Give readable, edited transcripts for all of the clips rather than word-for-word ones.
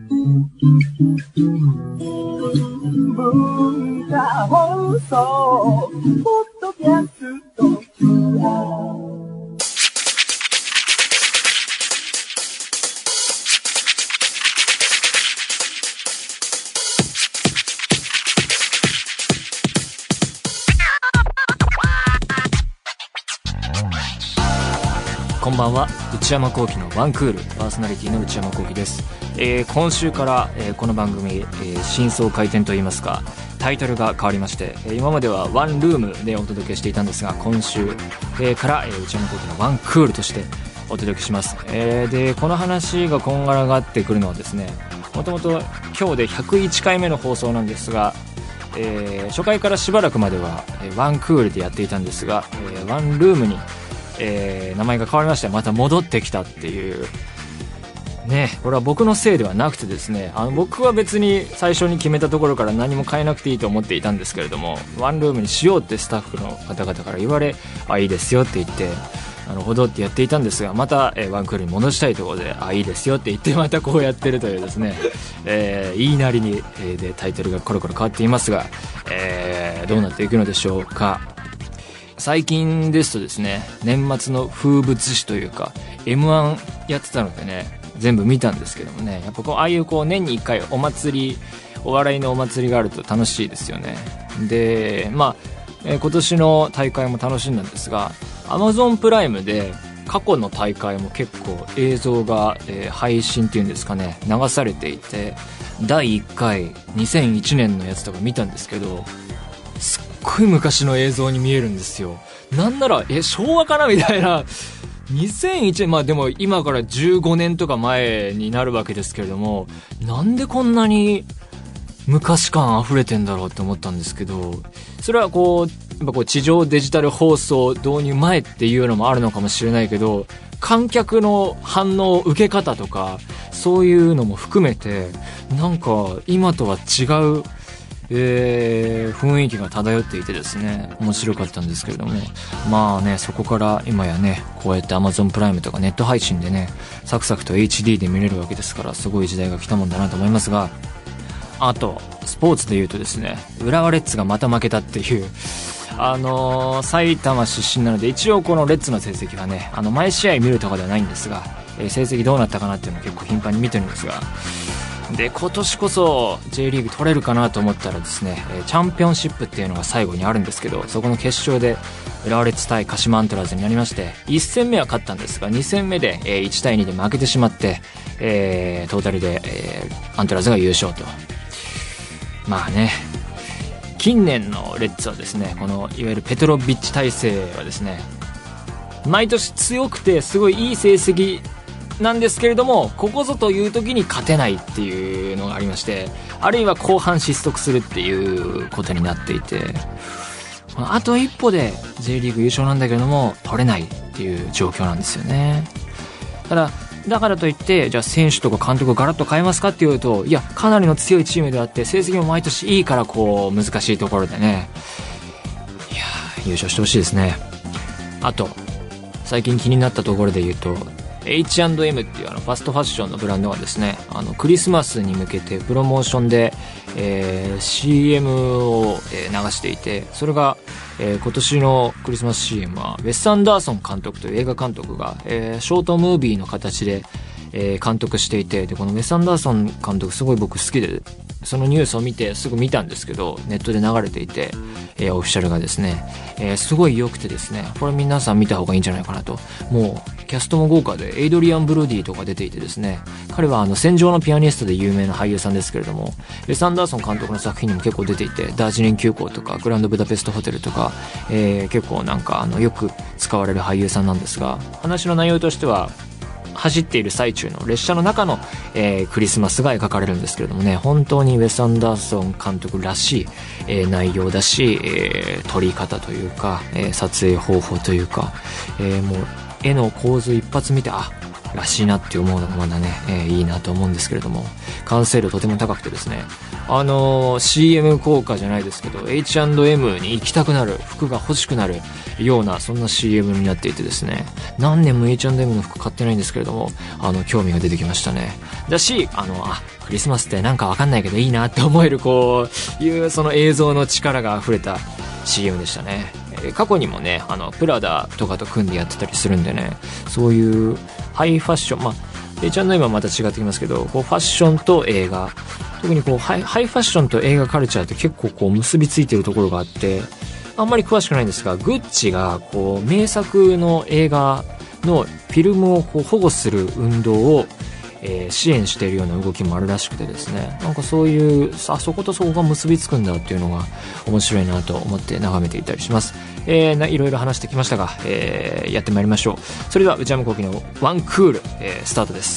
文化放送ポッドキャストこんばんは。内山聖輝のワンクールパーソナリティの内山聖輝です。今週から、この番組、新装開店といいますかタイトルが変わりまして、今まではワンルームでお届けしていたんですが、今週、から、内山聖輝のワンクールとしてお届けします。でこの話がこんがらがってくるのはですね、もともと今日で101回目の放送なんですが、初回からしばらくまでは、ワンクールでやっていたんですが、ワンルームに名前が変わりましてまた戻ってきたっていうね。これは僕のせいではなくてですね、僕は別に最初に決めたところから何も変えなくていいと思っていたんですけれども、ワンルームにしようってスタッフの方々から言われ、いいですよって言って、なるほどってやっていたんですが、また、ワンクールに戻したいところでいいですよって言ってまたこうやってるというですね、言いなりに、でタイトルがコロコロ変わっていますが、どうなっていくのでしょうか。最近ですとですね、年末の風物詩というか M1 やってたのでね、全部見たんですけどもね、やっぱああいう年に1回お祭り、お笑いのお祭りがあると楽しいですよね。で今年の大会も楽しんだんですが、 Amazon プライムで過去の大会も結構映像が、配信っていうんですかね、流されていて、第1回2001年のやつとか見たんですけど、すっごい昔の映像に見えるんですよ。なんなら昭和かなみたいな。2001年、でも今から15年とか前になるわけですけれども、なんでこんなに昔感溢れてんだろうって思ったんですけど、それはやっぱ地上デジタル放送導入前っていうのもあるのかもしれないけど、観客の反応受け方とかそういうのも含めて、なんか今とは違う雰囲気が漂っていてですね、面白かったんですけれども、そこから今やね、こうやって Amazon プライムとかネット配信でね、サクサクと HD で見れるわけですから、すごい時代が来たもんだなと思いますが、あとスポーツで言うとですね、浦和レッズがまた負けたっていう、埼玉出身なので一応このレッズの成績はね、毎試合見るとかではないんですが、成績どうなったかなっていうのを結構頻繁に見てるんですが、で今年こそ J リーグ取れるかなと思ったらですね、チャンピオンシップっていうのが最後にあるんですけど、そこの決勝で浦和レッズ対鹿島アントラーズになりまして、1戦目は勝ったんですが2戦目で1対2で負けてしまって、トータルでアントラーズが優勝と。近年のレッズはですね、このいわゆるペトロビッチ体制はですね、毎年強くてすごいいい成績なんですけれども、ここぞという時に勝てないっていうのがありまして、あるいは後半失速するっていうことになっていて、あと一歩で J リーグ優勝なんだけれども取れないっていう状況なんですよね。だからといって、じゃあ選手とか監督をガラッと変えますかっていうと、いや、かなりの強いチームであって成績も毎年いいから、難しいところでね、いや優勝してほしいですね。あと最近気になったところで言うと、H&M っていうファストファッションのブランドがですね、クリスマスに向けてプロモーションで、CM を、流していて、それが、今年のクリスマス CM はウェス・アンダーソン監督という映画監督が、ショートムービーの形で、監督していて、でこのウェス・アンダーソン監督すごい僕好きで、そのニュースを見てすぐ見たんですけど、ネットで流れていて、オフィシャルがですね、すごい良くてですね、これ皆さん見た方がいいんじゃないかなと。もうキャストも豪華で、エイドリアン・ブロディとか出ていてですね、彼は戦場のピアニストで有名な俳優さんですけれども、ウェス・アンダーソン監督の作品にも結構出ていて、ダージリン急行とかグランドブダペストホテルとか、結構よく使われる俳優さんなんですが、話の内容としては走っている最中の列車の中の、クリスマスが描かれるんですけれどもね、本当にウェス・アンダーソン監督らしい、内容だし、撮り方というか、撮影方法というか、もう絵の構図一発見て、 らしいなって思うのがまだね、いいなと思うんですけれども、完成度とても高くてですね、CM 効果じゃないですけど H&M に行きたくなる、服が欲しくなるような、そんな CM になっていてですね、何年も H&M の服買ってないんですけれども、興味が出てきましたね。だし、クリスマスってなんかわかんないけどいいなって思える、こういうその映像の力が溢れた CM でしたね。過去にもね、プラダとかと組んでやってたりするんでね、そういうハイファッション、H&M はまた違ってきますけど、こうファッションと映画、特にこうハイファッションと映画カルチャーって結構こう結びついてるところがあって、あんまり詳しくないんですが、グッチがこう名作の映画のフィルムをこう保護する運動を支援しているような動きもあるらしくてですね、なんかそういうそことそこが結びつくんだっていうのが面白いなと思って眺めていたりします。いろいろ話してきましたが、やってまいりましょう。それでは内山聖輝のワンクール、スタートです。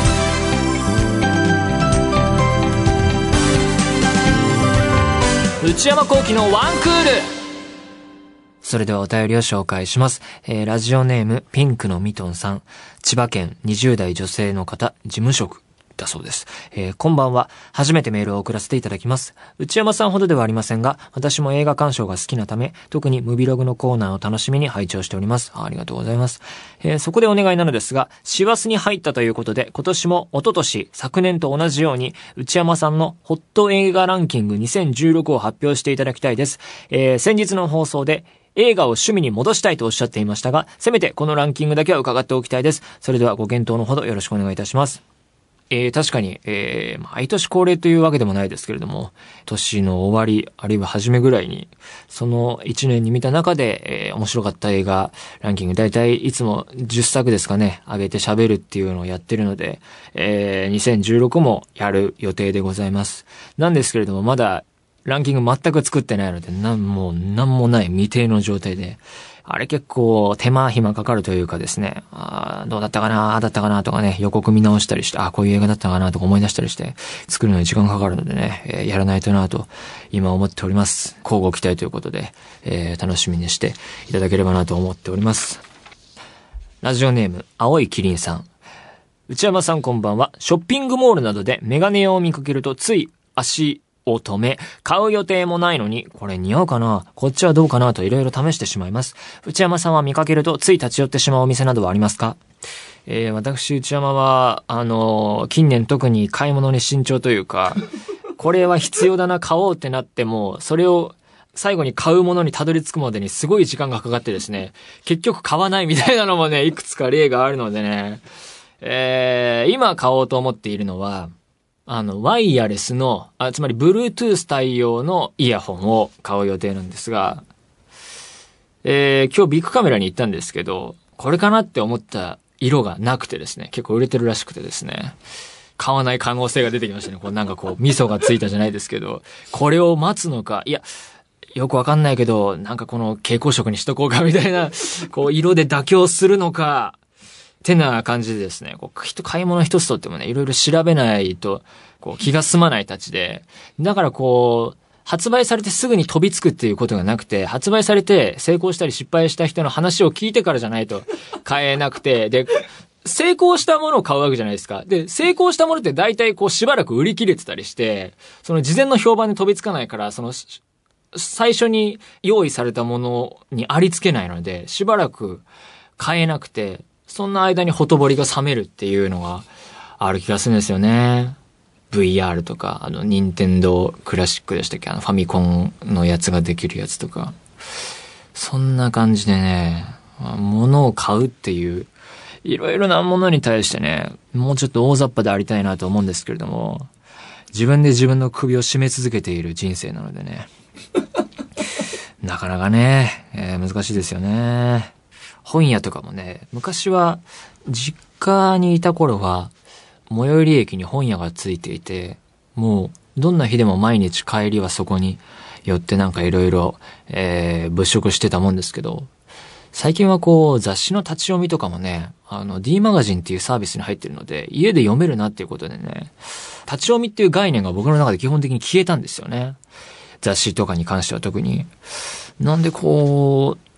内山聖輝のワンクール。それではお便りを紹介します。ラジオネームピンクのミトンさん、千葉県20代女性の方、事務職だそうです。こんばんは。初めてメールを送らせていただきます。内山さんほどではありませんが、私も映画鑑賞が好きなため、特にムビログのコーナーを楽しみに拝聴しております。ありがとうございます。そこでお願いなのですが、師走に入ったということで、今年も一昨年、昨年と同じように、内山さんのホット映画ランキング2016を発表していただきたいです。先日の放送で、映画を趣味に戻したいとおっしゃっていましたが、せめてこのランキングだけは伺っておきたいです。それではご検討のほどよろしくお願いいたします。確かに、毎年恒例というわけでもないですけれども、年の終わり、あるいは初めぐらいに、その1年に見た中で、面白かった映画ランキング、だいたいいつも10作ですかね、上げて喋るっていうのをやってるので、2016もやる予定でございます。なんですけれども、まだランキング全く作ってないので、なんもない未定の状態で、あれ結構手間暇かかるというかですね、どうだったかな、だったかなとかね、予告見直したりして、こういう映画だったかなとか思い出したりして、作るのに時間かかるのでね、やらないとなと今思っております。交互期待ということで、楽しみにしていただければなと思っております。ラジオネーム、青いキリンさん。内山さんこんばんは。ショッピングモールなどでメガネを見かけるとつい足を止め、買う予定もないのに、これ似合うかな、こっちはどうかなといろいろ試してしまいます。内山さんは見かけるとつい立ち寄ってしまうお店などはありますか？私内山は近年特に買い物に慎重というか、これは必要だな、買おうってなっても、それを最後に買うものにたどり着くまでにすごい時間がかかってですね、結局買わないみたいなのもね、いくつか例があるのでね、今買おうと思っているのは、ワイヤレスの、つまり Bluetooth 対応のイヤホンを買う予定なんですが、今日ビッグカメラに行ったんですけど、これかなって思った色がなくてですね、結構売れてるらしくてですね、買わない可能性が出てきましたね。こうなんかこう味噌がついたじゃないですけど、これを待つのか、いや、よくわかんないけど、なんかこの蛍光色にしとこうかみたいな、こう色で妥協するのか、ってな感じでですね、こう買い物一つとってもね、いろいろ調べないと、こう気が済まないたちで、だからこう、発売されてすぐに飛びつくっていうことがなくて、発売されて成功したり失敗した人の話を聞いてからじゃないと買えなくて、で、成功したものを買うわけじゃないですか。で、成功したものって大体こうしばらく売り切れてたりして、その事前の評判に飛びつかないから、その、最初に用意されたものにありつけないので、しばらく買えなくて、そんな間にほとぼりが冷めるっていうのがある気がするんですよね。VR とか、任天堂クラシックでしたっけ、ファミコンのやつができるやつとか。そんな感じでね、物を買うっていう、いろいろなものに対してね、もうちょっと大雑把でありたいなと思うんですけれども、自分で自分の首を絞め続けている人生なのでね。なかなかね、難しいですよね。本屋とかもね、昔は実家にいた頃は最寄り駅に本屋がついていて、もうどんな日でも毎日帰りはそこに寄ってなんかいろいろ物色してたもんですけど、最近はこう雑誌の立ち読みとかもね、D マガジンっていうサービスに入ってるので、家で読めるなっていうことでね、立ち読みっていう概念が僕の中で基本的に消えたんですよね。雑誌とかに関しては特に。なんでこう、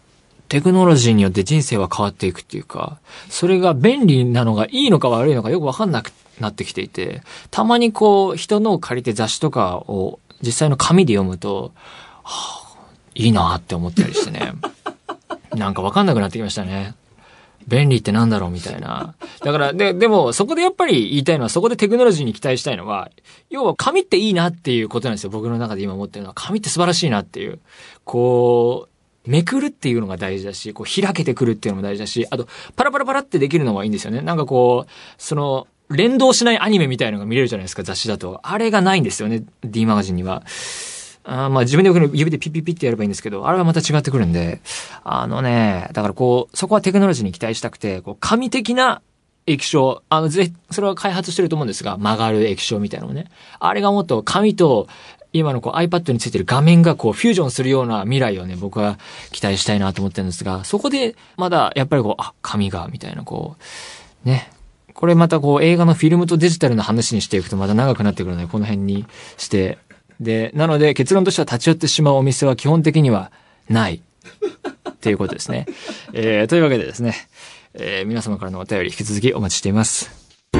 テクノロジーによって人生は変わっていくっていうか、それが便利なのがいいのか悪いのかよくわかんなくなってきていて、たまにこう、人のを借りて雑誌とかを実際の紙で読むと、いいなって思ったりしてね。なんかわかんなくなってきましたね。便利ってなんだろうみたいな。だから、でも、そこでやっぱり言いたいのは、そこでテクノロジーに期待したいのは、要は紙っていいなっていうことなんですよ。僕の中で今思ってるのは、紙って素晴らしいなっていう。こう、めくるっていうのが大事だし、こう開けてくるっていうのも大事だし、あと、パラパラパラってできるのがいいんですよね。なんかこう、連動しないアニメみたいなのが見れるじゃないですか、雑誌だと。あれがないんですよね、D マガジンには。まあ自分で指でピッピッピッってやればいいんですけど、あれはまた違ってくるんで、だからこう、そこはテクノロジーに期待したくて、こう、紙的な液晶、それは開発してると思うんですが、曲がる液晶みたいなのね。あれがもっと紙と、今のこう iPad についてる画面がこうフュージョンするような未来をね、僕は期待したいなと思ってるんですが、そこでまだやっぱりこう、紙が、みたいなこう、ね。これまたこう映画のフィルムとデジタルの話にしていくとまた長くなってくるので、この辺にして、で、なので結論としては立ち寄ってしまうお店は基本的にはないっていうことですね。というわけでですね、皆様からのお便り引き続きお待ちしています。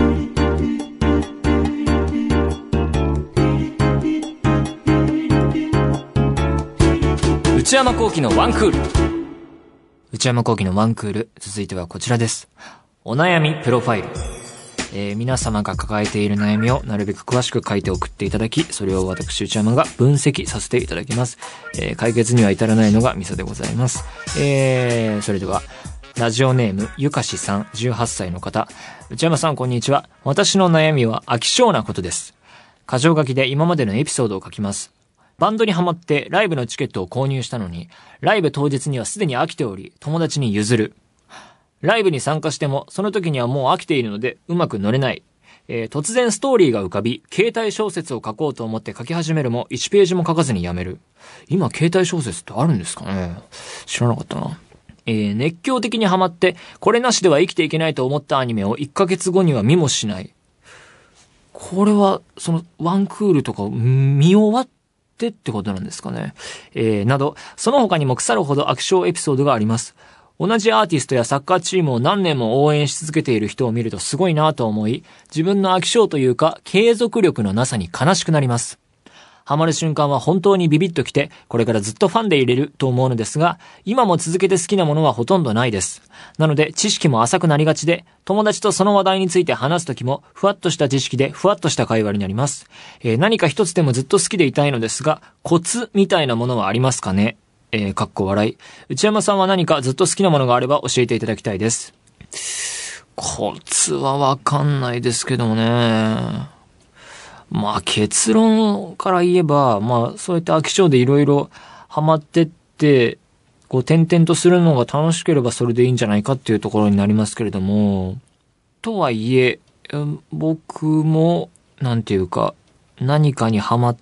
内山聖輝のワンクール。内山聖輝のワンクール。続いてはこちらです。お悩みプロファイル。皆様が抱えている悩みをなるべく詳しく書いて送っていただき、それを私内山が分析させていただきます。解決には至らないのがミソでございます。それではラジオネームゆかしさん、18歳の方。内山さんこんにちは。私の悩みは飽き性なことです。箇条書きで今までのエピソードを書きます。バンドにハマってライブのチケットを購入したのに、ライブ当日にはすでに飽きており、友達に譲る。ライブに参加しても、その時にはもう飽きているので、うまく乗れない。突然ストーリーが浮かび、携帯小説を書こうと思って書き始めるも、1ページも書かずにやめる。今、携帯小説ってあるんですかね？知らなかったな。熱狂的にハマって、これなしでは生きていけないと思ったアニメを1ヶ月後には見もしない。これは、ワンクールとか見終わってことなんですかね。など、その他にも腐るほど飽き性エピソードがあります。同じアーティストやサッカーチームを何年も応援し続けている人を見るとすごいなと思い、自分の飽き性というか継続力のなさに悲しくなります。ハマる瞬間は本当にビビッときて、これからずっとファンでいれると思うのですが、今も続けて好きなものはほとんどないです。なので知識も浅くなりがちで、友達とその話題について話すときもふわっとした知識でふわっとした会話になります。何か一つでもずっと好きでいたいのですが、コツみたいなものはありますかね？かっこ笑い。内山さんは何かずっと好きなものがあれば教えていただきたいです。コツはわかんないですけどもね。まあ結論から言えば、まあそうやって飽き性でいろいろハマってって、こう転々とするのが楽しければそれでいいんじゃないかっていうところになりますけれども、とはいえ、僕も、なんていうか、何かにハマって、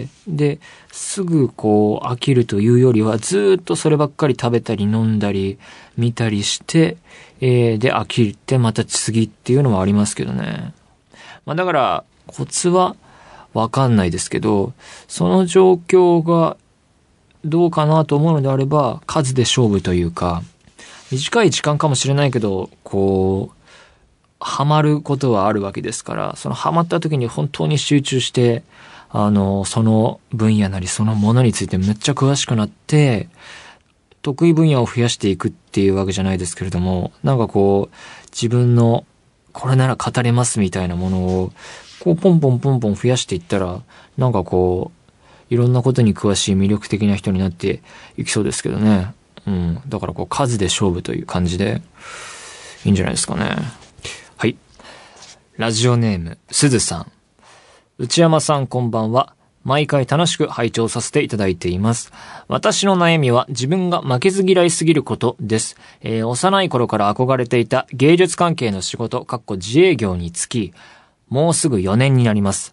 で、すぐこう飽きるというよりはずーっとそればっかり食べたり飲んだり見たりして、で飽きてまた次っていうのはありますけどね。まあだからコツはわかんないですけど、その状況がどうかなと思うのであれば数で勝負というか、短い時間かもしれないけど、こう、ハマることはあるわけですから、そのハマった時に本当に集中して、その分野なりそのものについてめっちゃ詳しくなって、得意分野を増やしていくっていうわけじゃないですけれども、なんかこう、自分のこれなら語れますみたいなものを、こうポンポンポンポン増やしていったら、なんかこう、いろんなことに詳しい魅力的な人になっていきそうですけどね。だからこう数で勝負という感じで、いいんじゃないですかね。はい。ラジオネーム、すずさん。内山さんこんばんは。毎回楽しく拝聴させていただいています。私の悩みは自分が負けず嫌いすぎることです。幼い頃から憧れていた芸術関係の仕事、自営業に就き、もうすぐ4年になります。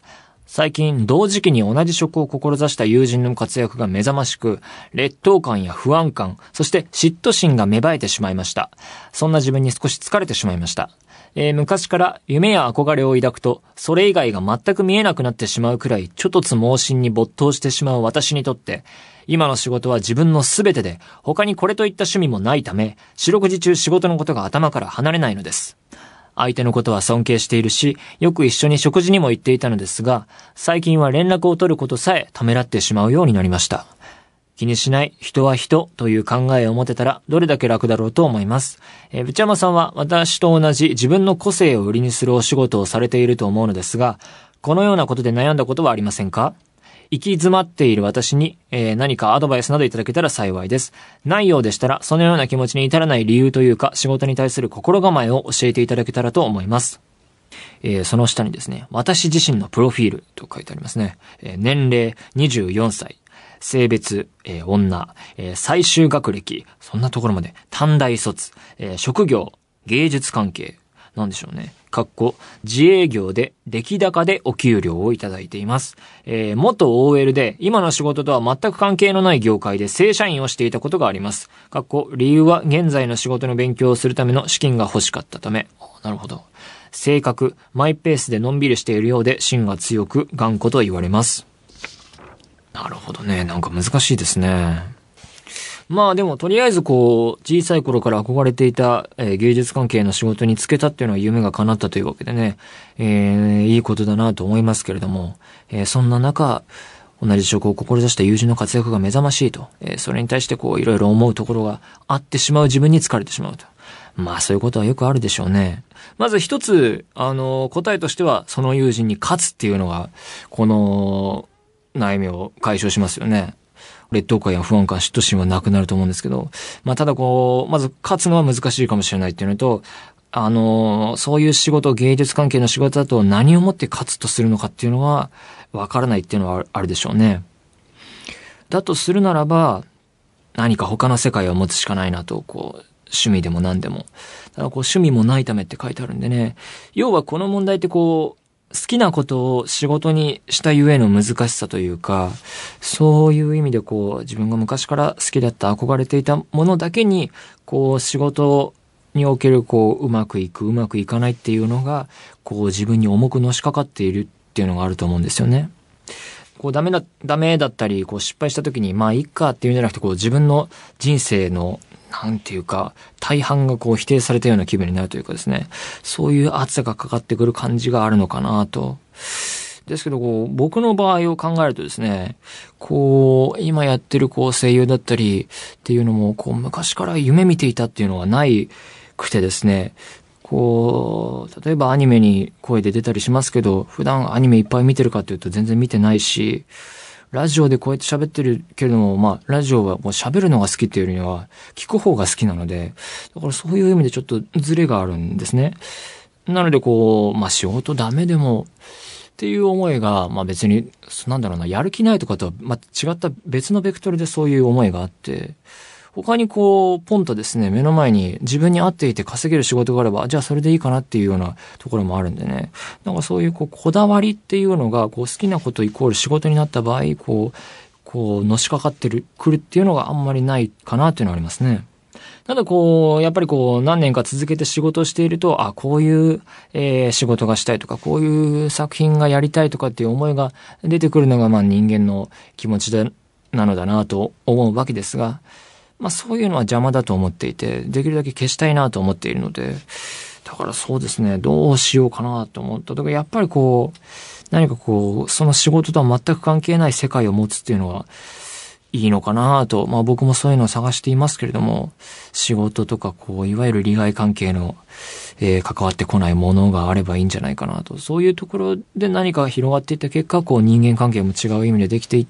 最近同時期に同じ職を志した友人の活躍が目覚ましく、劣等感や不安感、そして嫉妬心が芽生えてしまいました。そんな自分に少し疲れてしまいました。昔から夢や憧れを抱くと、それ以外が全く見えなくなってしまうくらい、ちょ突猛進に没頭してしまう私にとって、今の仕事は自分の全てで、他にこれといった趣味もないため、四六時中仕事のことが頭から離れないのです。相手のことは尊敬しているし、よく一緒に食事にも行っていたのですが、最近は連絡を取ることさえためらってしまうようになりました。気にしない、人は人という考えを持てたらどれだけ楽だろうと思います。内山さんは私と同じ自分の個性を売りにするお仕事をされていると思うのですが、このようなことで悩んだことはありませんか？行き詰まっている私に、何かアドバイスなどいただけたら幸いです。ないようでしたら、そのような気持ちに至らない理由というか、仕事に対する心構えを教えていただけたらと思います。その下にですね、私自身のプロフィールと書いてありますね。年齢24歳、性別、女、最終学歴、そんなところまで、短大卒、職業、芸術関係、なんでしょうね。自営業で出来高でお給料をいただいています。元 OL で今の仕事とは全く関係のない業界で正社員をしていたことがあります。理由は現在の仕事の勉強をするための資金が欲しかったため。なるほど。性格、マイペースでのんびりしているようで芯が強く頑固と言われます。なるほどね。なんか難しいですね。まあでもとりあえず小さい頃から憧れていた、芸術関係の仕事に就けたっていうのは夢が叶ったというわけでね、いいことだなと思いますけれども、そんな中、同じ職を志した友人の活躍が目覚ましいと、それに対していろいろ思うところがあってしまう自分に疲れてしまうと。まあそういうことはよくあるでしょうね。まず一つ、答えとしてはその友人に勝つっていうのが、この悩みを解消しますよね。劣等感や不安感、嫉妬心はなくなると思うんですけど、まあただまず勝つのは難しいかもしれないっていうのと、そういう仕事、芸術関係の仕事だと何をもって勝つとするのかっていうのはわからないっていうのはあるでしょうね。だとするならば、何か他の世界を持つしかないなと、趣味でも何でも。ただ趣味もないためって書いてあるんでね。要はこの問題って好きなことを仕事にしたゆえの難しさというか、そういう意味で自分が昔から好きだった憧れていたものだけに、仕事におけるうまくいく、うまくいかないっていうのが、自分に重くのしかかっているっていうのがあると思うんですよね。ダメだったり、失敗した時に、まあいいかっていうんじゃなくて、自分の人生のなんていうか、大半が否定されたような気分になるというかですね、そういう圧がかかってくる感じがあるのかなと。ですけど、僕の場合を考えるとですね、今やってる声優だったりっていうのも、昔から夢見ていたっていうのはないくてですね、例えばアニメに声で出たりしますけど、普段アニメいっぱい見てるかっていうと全然見てないし、ラジオでこうやって喋ってるけれども、まあ、ラジオはもう喋るのが好きっていうよりは、聞く方が好きなので、だからそういう意味でちょっとズレがあるんですね。なのでまあ仕事ダメでも、っていう思いが、まあ別に、やる気ないとかとは、まあ違った別のベクトルでそういう思いがあって、他にポンとですね、目の前に自分に合っていて稼げる仕事があれば、じゃあそれでいいかなっていうようなところもあるんでね。なんかそういうこだわりっていうのが、好きなことイコール仕事になった場合、のしかかってくるっていうのがあんまりないかなっていうのはありますね。ただやっぱり何年か続けて仕事をしていると、こういう、仕事がしたいとか、こういう作品がやりたいとかっていう思いが出てくるのが、まあ人間の気持ちなのだなと思うわけですが、まあそういうのは邪魔だと思っていて、できるだけ消したいなと思っているので、だからそうですね、どうしようかなと思った。だからやっぱり何かその仕事とは全く関係ない世界を持つっていうのはいいのかなと、まあ僕もそういうのを探していますけれども、仕事とかいわゆる利害関係の、関わってこないものがあればいいんじゃないかなと、そういうところで何か広がっていった結果、人間関係も違う意味でできていって、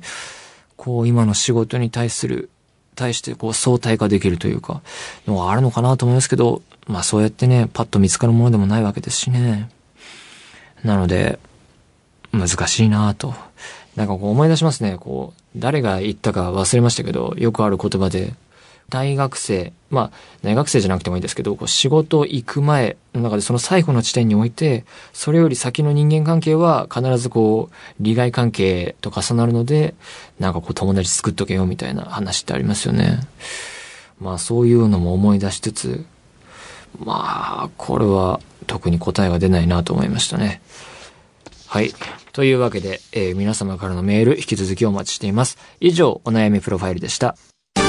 今の仕事に対して相対化できるというか、のがあるのかなと思いますけど、まあそうやってね、パッと見つかるものでもないわけですしね。なので、難しいなと。なんか思い出しますね。誰が言ったか忘れましたけど、よくある言葉で、 大学生じゃなくてもいいですけど、こう仕事行く前の中でその最後の地点において、それより先の人間関係は必ずこう利害関係と重なるので、なんかこう友達作っとけよみたいな話ってありますよね。そういうのも思い出しつつ、これは特に答えが出ないなと思いましたね。はい。というわけで、皆様からのメール引き続きお待ちしています。以上、お悩みプロファイルでした。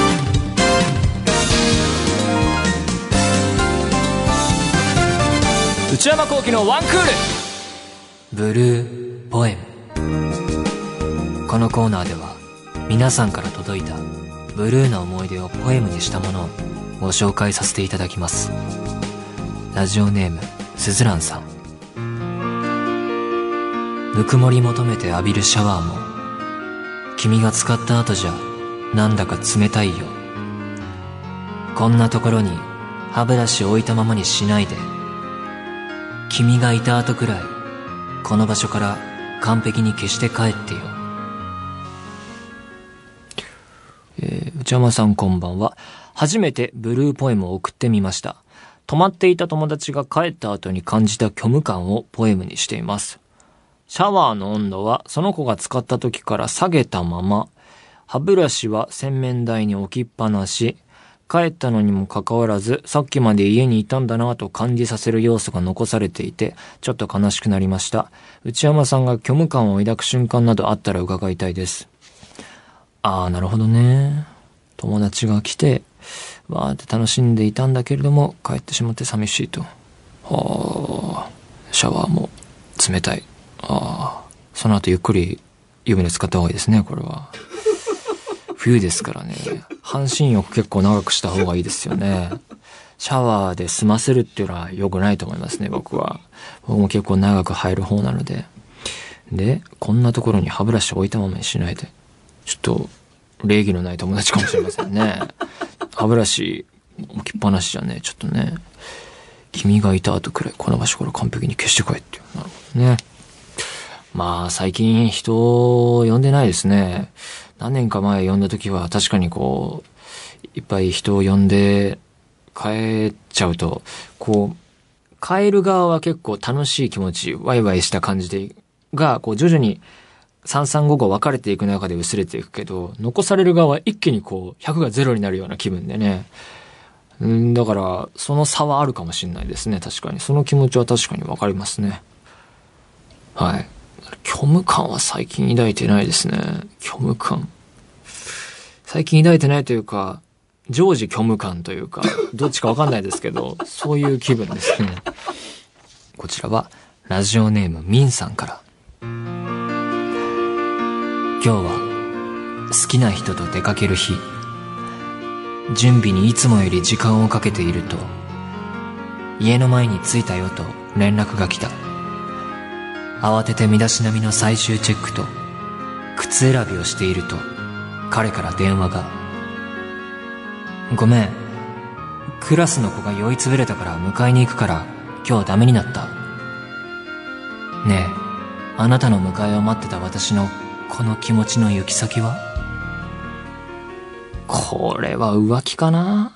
内山聖輝のワンクールブルーポエム。このコーナーでは皆さんから届いたブルーな思い出をポエムにしたものをご紹介させていただきます。ラジオネームすずらんさん。ぬくもり求めて浴びるシャワーも君が使った後じゃなんだか冷たいよ。こんなところに歯ブラシ置いたままにしないで。君がいた後くらいこの場所から完璧に消して帰ってよ。内山さんこんばんは。初めてブルーポエムを送ってみました。泊まっていた友達が帰った後に感じた虚無感をポエムにしています。シャワーの温度はその子が使った時から下げたまま、歯ブラシは洗面台に置きっぱなし、帰ったのにもかかわらず、さっきまで家にいたんだなと感じさせる要素が残されていて、ちょっと悲しくなりました。内山さんが虚無感を抱く瞬間などあったら伺いたいです。なるほどね。友達が来て、わーって楽しんでいたんだけれども、帰ってしまって寂しいと。シャワーも冷たい。その後ゆっくり湯船使った方がいいですね、これは。冬ですからね。半身浴結構長くした方がいいですよね。シャワーで済ませるっていうのは良くないと思いますね、僕は。僕も結構長く入る方なので。で、こんなところに歯ブラシ置いたままにしないで。ちょっと、礼儀のない友達かもしれませんね。歯ブラシ置きっぱなしじゃね、ちょっとね。君がいた後くらいこの場所から完璧に消してこいっていう。なるほどね。最近人を呼んでないですね。何年か前呼んだ時は確かにこう、いっぱい人を呼んで帰っちゃうと、こう、帰る側は結構楽しい気持ち、ワイワイした感じで、こう徐々に335分かれていく中で薄れていくけど、残される側は一気にこう、100が0になるような気分でね。だから、その差はあるかもしれないですね、確かに。その気持ちは確かにわかりますね。はい。虚無感は最近抱いてないですね。虚無感。最近抱いてないというか、常時虚無感というか、どっちかわかんないですけど、そういう気分ですね。こちらは、ラジオネームミンさんから。今日は、好きな人と出かける日。準備にいつもより時間をかけていると、家の前に着いたよと連絡が来た。慌てて身だしなみの最終チェックと靴選びをしていると彼から電話が。ごめん、クラスの子が酔いつぶれたから迎えに行くから今日ダメになった。ねえ、あなたの迎えを待ってた私のこの気持ちの行き先は？これは浮気かな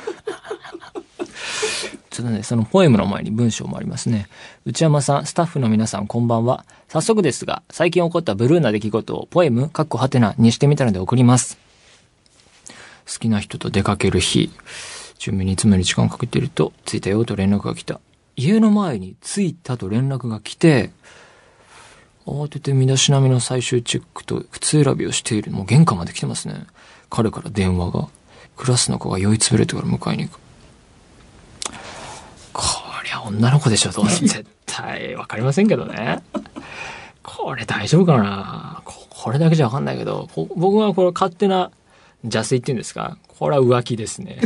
ちょっとね、そのポエムの前に文章もありますね。内山さん、スタッフの皆さんこんばんは。早速ですが、最近起こったブルーな出来事をポエムにしてみたので送ります。好きな人と出かける日。準備にいつもより時間をかけていると、着いたよと連絡が来た。家の前に着いたと連絡が来て、慌てて身だしなみの最終チェックと靴選びをしている。もう玄関まで来てますね。彼から電話が。クラスの子が酔いつぶれてから迎えに行く。こりゃ女の子でしょ、どうせ。絶対わかりませんけどね。これ大丈夫かな。これだけじゃわかんないけど、僕はこれ勝手な邪推っていうんですか。これは浮気ですね。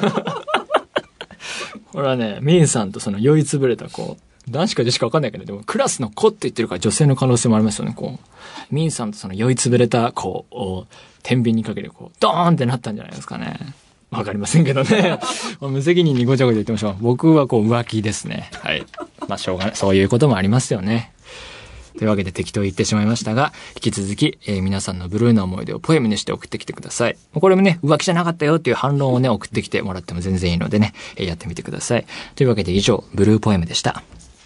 これはね、ミンさんとその酔いつぶれた子、男子か女子か分かんないけど、でもクラスの子って言ってるから女性の可能性もありますよね。こうミンさんとその酔いつぶれた子を天秤にかけてこうドーンってなったんじゃないですかね。わかりませんけどね。無責任にごちゃごちゃ言ってましょう。僕はこう浮気ですね。はい。しょうがない。そういうこともありますよね。 というわけで適当言ってしまいましたが、引き続き、皆さんのブルーな思い出をポエムにして送ってきてください。これもね、浮気じゃなかったよっていう反論をね、送ってきてもらっても全然いいのでね、やってみてください。というわけで以上、ブルーポエムでした。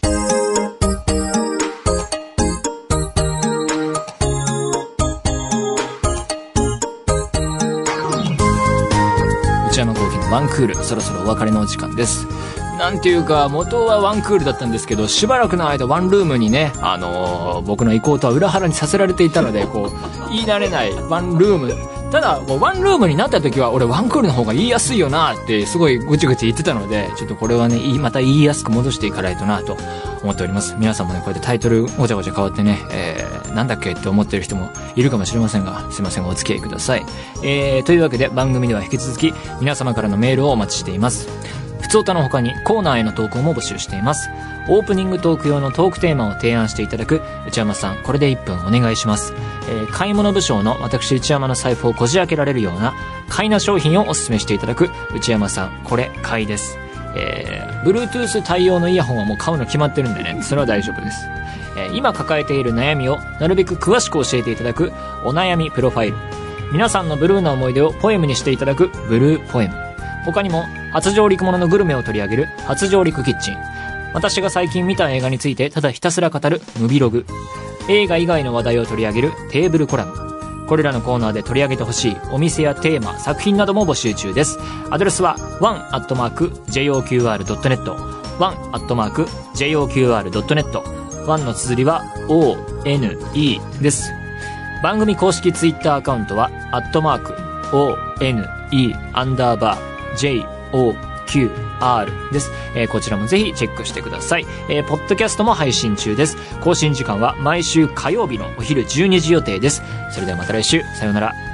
内山聖輝のワンクール、そろそろお別れのお時間です。なんていうか、元はワンクールだったんですけど、しばらくの間ワンルームにね、僕の意向とは裏腹にさせられていたので、言い慣れないワンルーム。ただ、もうワンルームになった時は、俺ワンクールの方が言いやすいよなって、すごいぐちぐち言ってたので、ちょっとこれはね、また言いやすく戻していかないとなと思っております。皆さんもね、こうやってタイトルごちゃごちゃ変わってね、なんだっけって思ってる人もいるかもしれませんが、すいません、お付き合いください。というわけで、番組では引き続き、皆様からのメールをお待ちしています。ふつおたの他にコーナーへの投稿も募集しています。オープニングトーク用のトークテーマを提案していただく内山さん、これで1分お願いします。買い物部将の私内山の財布をこじ開けられるような買いな商品をお勧めしていただく内山さん、これ買いです。Bluetooth 対応のイヤホンはもう買うの決まってるんでね、それは大丈夫です。今抱えている悩みをなるべく詳しく教えていただくお悩みプロファイル。皆さんのブルーな思い出をポエムにしていただくブルーポエム。他にも初上陸もののグルメを取り上げる初上陸キッチン。私が最近見た映画についてただひたすら語るムビログ。映画以外の話題を取り上げるテーブルコラム。これらのコーナーで取り上げてほしいお店やテーマ、作品なども募集中です。アドレスは one@joqr.net one@joqr.net。 one の綴りは ONE です。番組公式ツイッターアカウントは@ONE_JOQR です。こちらもぜひチェックしてください。ポッドキャストも配信中です。更新時間は毎週火曜日のお昼12時予定です。それではまた来週、さようなら。